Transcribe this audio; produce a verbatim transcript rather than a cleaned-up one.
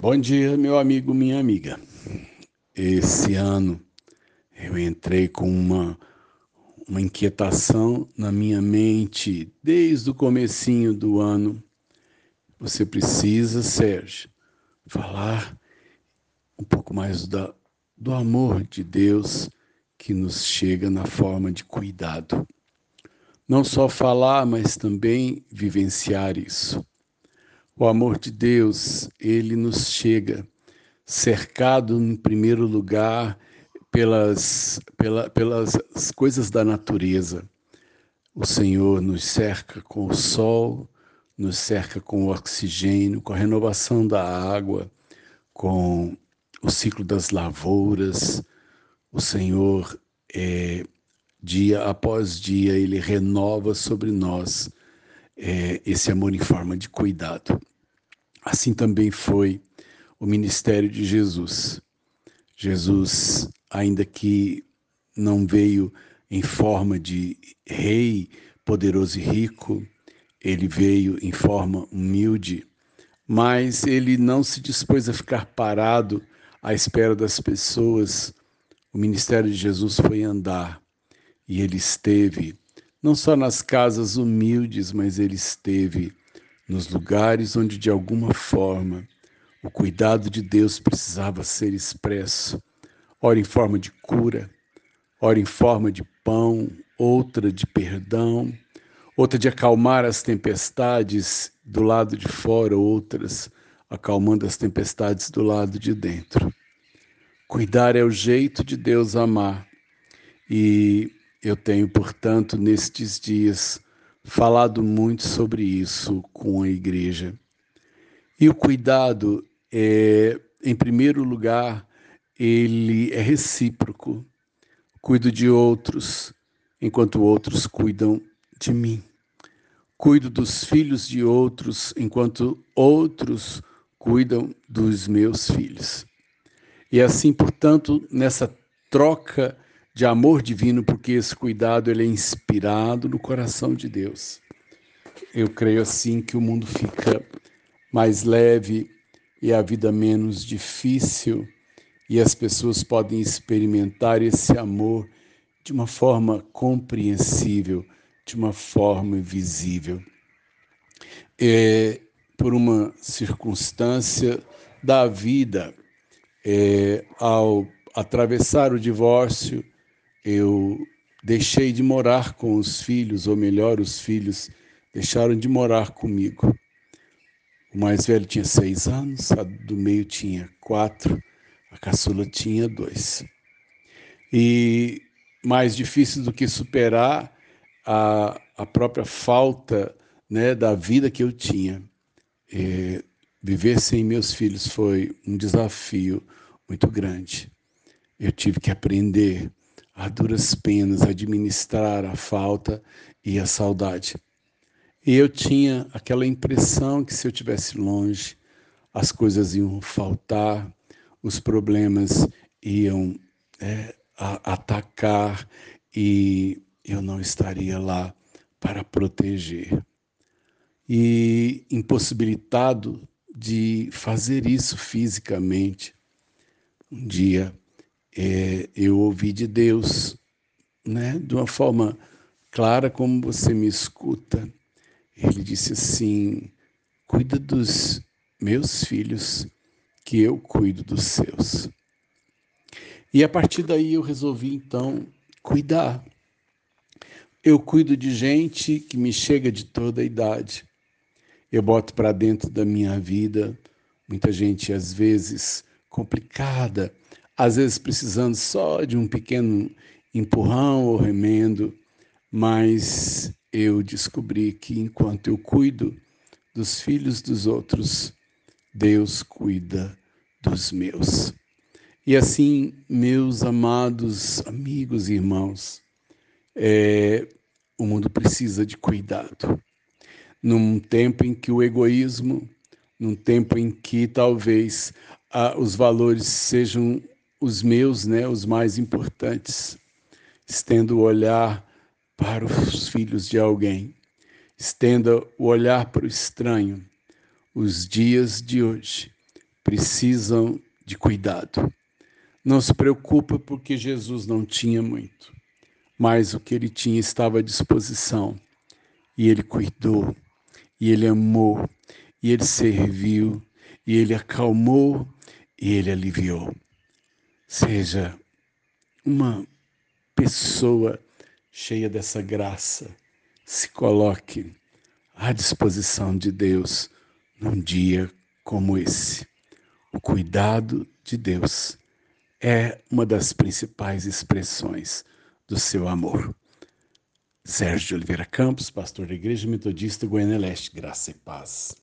Bom dia, meu amigo, minha amiga. Esse ano eu entrei com uma, uma inquietação na minha mente desde o comecinho do ano. Você precisa, Sérgio, falar um pouco mais da, do amor de Deus que nos chega na forma de cuidado. Não só falar, mas também vivenciar isso. O amor de Deus, ele nos chega cercado, em primeiro lugar, pelas, pela, pelas coisas da natureza. O Senhor nos cerca com o sol, nos cerca com o oxigênio, com a renovação da água, com o ciclo das lavouras. O Senhor, é, dia após dia, Ele renova sobre nós é, esse amor em forma de cuidado. Assim também foi o ministério de Jesus. Jesus, ainda que não veio em forma de rei poderoso e rico, ele veio em forma humilde, mas ele não se dispôs a ficar parado à espera das pessoas. O ministério de Jesus foi andar e ele esteve não só nas casas humildes, mas ele esteve nos lugares onde de alguma forma o cuidado de Deus precisava ser expresso, ora em forma de cura, ora em forma de pão, outra de perdão, outra de acalmar as tempestades do lado de fora, outras acalmando as tempestades do lado de dentro. Cuidar é o jeito de Deus amar. E eu tenho, portanto, nestes dias, falado muito sobre isso com a igreja. E o cuidado, é, em primeiro lugar, ele é recíproco. Cuido de outros, enquanto outros cuidam de mim. Cuido dos filhos de outros, enquanto outros cuidam dos meus filhos. E assim, portanto, nessa troca de amor divino, porque esse cuidado ele é inspirado no coração de Deus. Eu creio assim que o mundo fica mais leve e a vida menos difícil, e as pessoas podem experimentar esse amor de uma forma compreensível, de uma forma visível. É, por uma circunstância da vida, é, ao atravessar o divórcio, eu deixei de morar com os filhos, ou melhor, os filhos deixaram de morar comigo. O mais velho tinha seis anos, a do meio tinha quatro, a caçula tinha dois. E mais difícil do que superar a, a própria falta, né, da vida que eu tinha. É, viver sem meus filhos foi um desafio muito grande. Eu tive que aprender a duras penas a administrar a falta e a saudade. E eu tinha aquela impressão que se eu estivesse longe, as coisas iam faltar, os problemas iam é, a, atacar e eu não estaria lá para proteger. E impossibilitado de fazer isso fisicamente, um dia é, eu ouvi de Deus, né, de uma forma clara como você me escuta. Ele disse assim: cuida dos meus filhos, que eu cuido dos seus. E a partir daí eu resolvi, então, cuidar. Eu cuido de gente que me chega de toda a idade. Eu boto para dentro da minha vida muita gente, às vezes, complicada, às vezes precisando só de um pequeno empurrão ou remendo, mas eu descobri que enquanto eu cuido dos filhos dos outros, Deus cuida dos meus. E assim, meus amados amigos e irmãos, é, o mundo precisa de cuidado. Num tempo em que o egoísmo, num tempo em que talvez ah, os valores sejam os meus, né, os mais importantes, estendo o olhar para os filhos de alguém, estenda o olhar para o estranho. Os dias de hoje precisam de cuidado. Não se preocupa porque Jesus não tinha muito, mas o que ele tinha estava à disposição. E ele cuidou, e ele amou, e ele serviu, e ele acalmou, e ele aliviou. Seja uma pessoa cheia dessa graça. Se coloque à disposição de Deus num dia como esse. O cuidado de Deus é uma das principais expressões do seu amor. Sérgio de Oliveira Campos, pastor da Igreja Metodista Goiânia Leste, graça e paz.